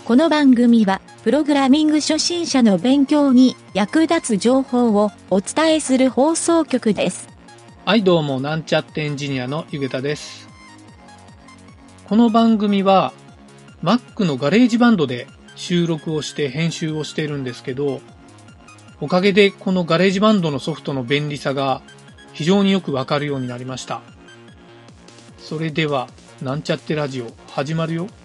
この番組は、プログラミング初心者の勉強に役立つ情報をお伝えする放送局です。 はい、どうも、なんちゃってエンジニアのゆげたです。この番組は、Mac のガレージバンドで収録をして編集をしているんですけど、おかげでこのガレージバンドのソフトの便利さが非常によくわかるようになりました。それでは、なんちゃってラジオ始まるよ。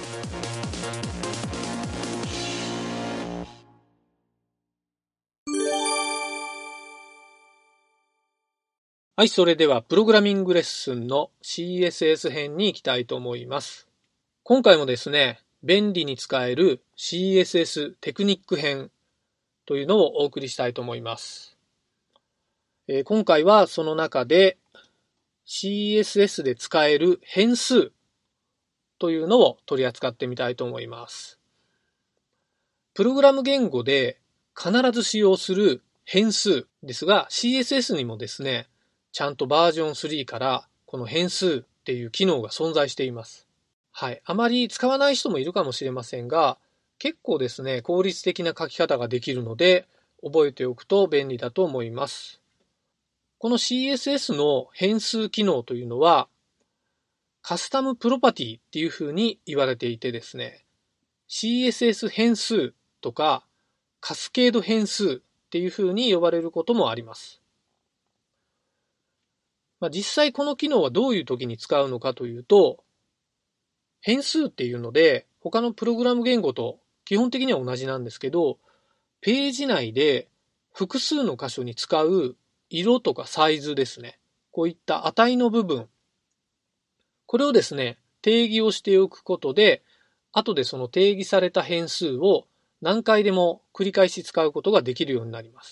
はい、それではプログラミングレッスンの CSS 編に行きたいと思います。今回もですね、便利に使える CSS テクニック編というのをお送りしたいと思います。今回はその中で CSS で使える変数というのを取り扱ってみたいと思います。プログラム言語で必ず使用する変数ですが、CSS にもですね、ちゃんとバージョン3からこの変数っていう機能が存在しています。はい。あまり使わない人もいるかもしれませんが、結構ですね、効率的な書き方ができるので、覚えておくと便利だと思います。この CSS の変数機能というのは、カスタムプロパティっていうふうに言われていてですね、CSS 変数とかカスケード変数っていうふうに呼ばれることもあります。実際この機能はどういう時に使うのかというと、変数っていうので他のプログラム言語と基本的には同じなんですけど、ページ内で複数の箇所に使う色とかサイズですね。こういった値の部分。これをですね、定義をしておくことで、後でその定義された変数を何回でも繰り返し使うことができるようになります。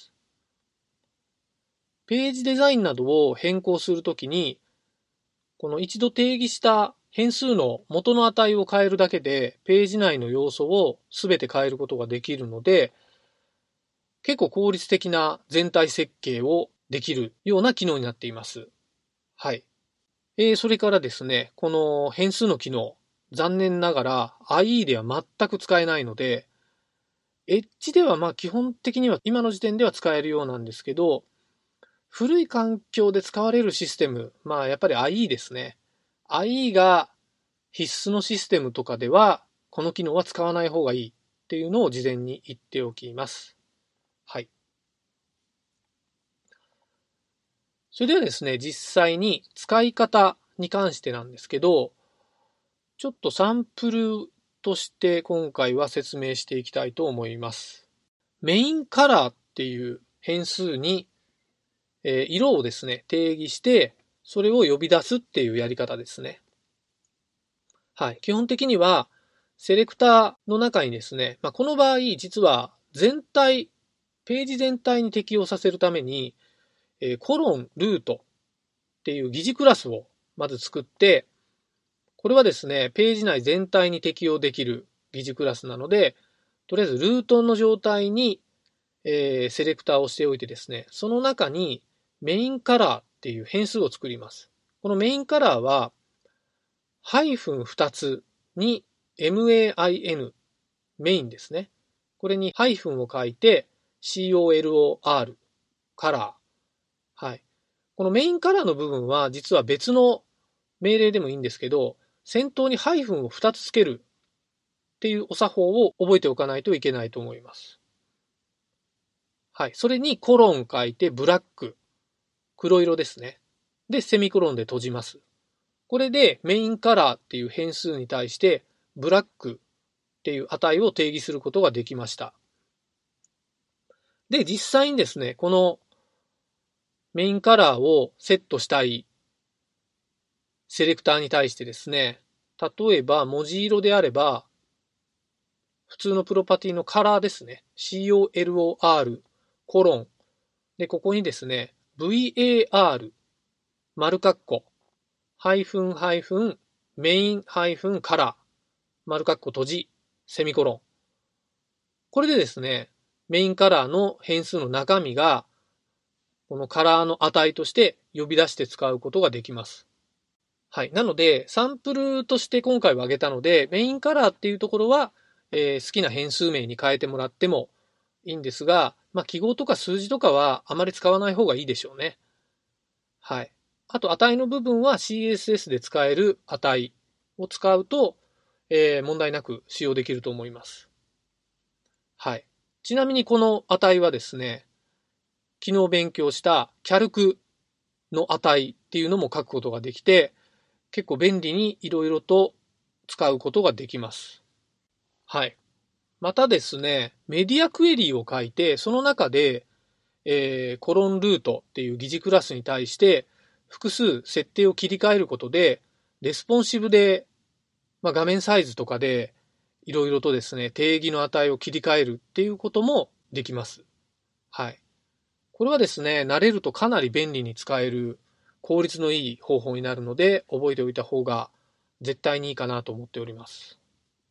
ページデザインなどを変更するときに、この一度定義した変数の元の値を変えるだけで、ページ内の要素をすべて変えることができるので、結構効率的な全体設計をできるような機能になっています。はい。それからですね、この変数の機能、残念ながら IE では全く使えないので、Edge では基本的には今の時点では使えるようなんですけど、古い環境で使われるシステム、やっぱり IE ですね。IE が必須のシステムとかでは、この機能は使わない方がいいっていうのを事前に言っておきます。はい。それではですね、実際に使い方に関してなんですけど、ちょっとサンプルとして今回は説明していきたいと思います。メインカラーっていう変数に色をですね、定義して、それを呼び出すっていうやり方ですね。はい。基本的には、セレクターの中にですね、この場合、実はページ全体に適用させるために、コロン、ルートっていう疑似クラスをまず作って、これはですね、ページ内全体に適用できる疑似クラスなので、とりあえずルートの状態に、セレクターをしておいてですね、その中にメインカラーっていう変数を作ります。このメインカラーは、ハイフン2つに main、メインですね。これにハイフンを書いて color、カラー。はい。このメインカラーの部分は実は別の命令でもいいんですけど、先頭にハイフンを2つつけるっていうお作法を覚えておかないといけないと思います。はい。それにコロン書いてブラック。黒色ですね。で、セミコロンで閉じます。これでメインカラーっていう変数に対してブラックっていう値を定義することができました。で、実際にですね、このメインカラーをセットしたいセレクターに対してですね、例えば文字色であれば、普通のプロパティのカラーですね。color、コロン。で、ここにですね、var、丸括弧、ハイフンハイフン、メインハイフンカラー、丸括弧閉じ、セミコロン。これでですね、メインカラーの変数の中身が、このカラーの値として呼び出して使うことができます。はい。なので、サンプルとして今回は挙げたので、メインカラーっていうところは好きな変数名に変えてもらってもいいんですが、記号とか数字とかはあまり使わない方がいいでしょうね。はい。あと、値の部分は CSS で使える値を使うと、問題なく使用できると思います。はい。ちなみにこの値はですね、昨日勉強したキャルクの値っていうのも書くことができて、結構便利にいろいろと使うことができます。はい。またですね、メディアクエリーを書いて、その中で、コロンルートっていう疑似クラスに対して複数設定を切り替えることで、レスポンシブで、画面サイズとかでいろいろとですね、定義の値を切り替えるっていうこともできます。はい。これはですね、慣れるとかなり便利に使える効率のいい方法になるので、覚えておいた方が絶対にいいかなと思っております。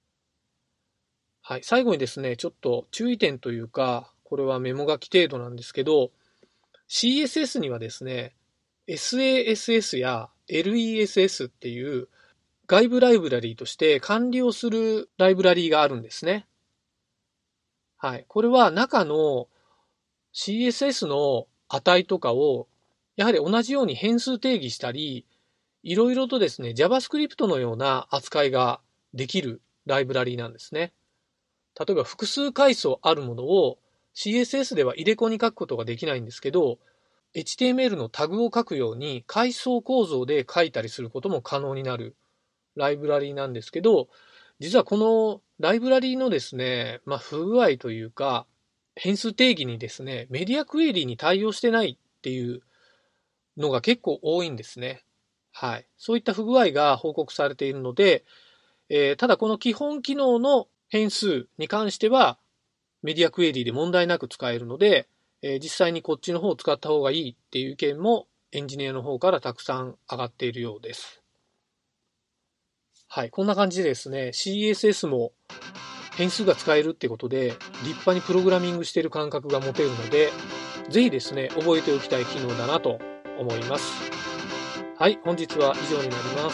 はい。最後にですね、ちょっと注意点というか、これはメモ書き程度なんですけど、CSS にはですね、SASS や LESS っていう外部ライブラリーとして管理をするライブラリーがあるんですね。はい。これは中の CSS の値とかをやはり同じように変数定義したり、いろいろとですね、JavaScript のような扱いができるライブラリーなんですね。例えば複数階層あるものを CSS では入れ子に書くことができないんですけど、HTML のタグを書くように階層構造で書いたりすることも可能になるライブラリーなんですけど、実はこのライブラリーのですね、不具合というか、変数定義にですね、メディアクエリーに対応してないっていうのが結構多いんですね。はい。そういった不具合が報告されているので、ただこの基本機能の変数に関しては、メディアクエリーで問題なく使えるので、実際にこっちの方を使った方がいいっていう意見もエンジニアの方からたくさん上がっているようです。はい。こんな感じでですね、CSS も変数が使えるってことで、立派にプログラミングしている感覚が持てるので、ぜひですね、覚えておきたい機能だなと思います。はい。本日は以上になります。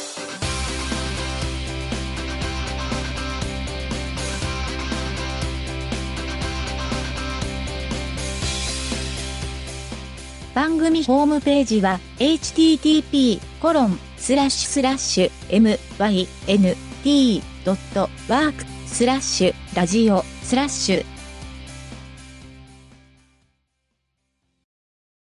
番組ホームページは http://mynt.work/ラジオ/